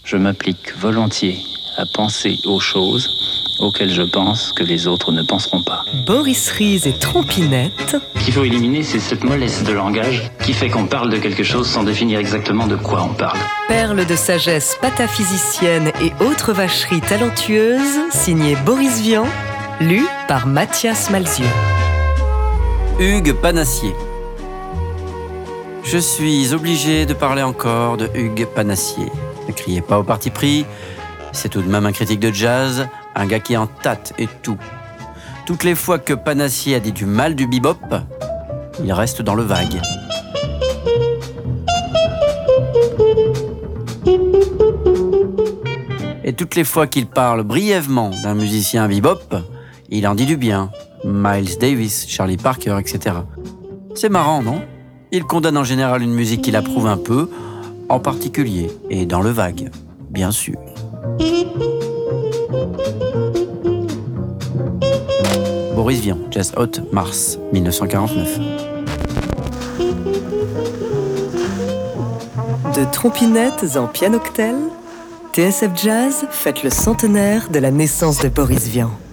Je m'applique volontiers à penser aux choses auxquelles je pense que les autres ne penseront pas. Boris Ries et Trompinette. Ce qu'il faut éliminer, c'est cette mollesse de langage qui fait qu'on parle de quelque chose sans définir exactement de quoi on parle. Perles de sagesse pataphysicienne et autres vacheries talentueuses, signé Boris Vian, lu par Mathias Malzieu. Hugues Panassier. Je suis obligé de parler encore de Hugues Panassier. Ne criez pas au parti pris, c'est tout de même un critique de jazz, un gars qui en tâte et tout. Toutes les fois que Panassier a dit du mal du bebop, il reste dans le vague. Et toutes les fois qu'il parle brièvement d'un musicien bebop, il en dit du bien. Miles Davis, Charlie Parker, etc. C'est marrant, non ? Il condamne en général une musique qu'il approuve un peu, en particulier, et dans le vague, bien sûr. Boris Vian, Jazz Hot, mars 1949. De trompinettes en pianoctel, TSF Jazz fête le centenaire de la naissance de Boris Vian.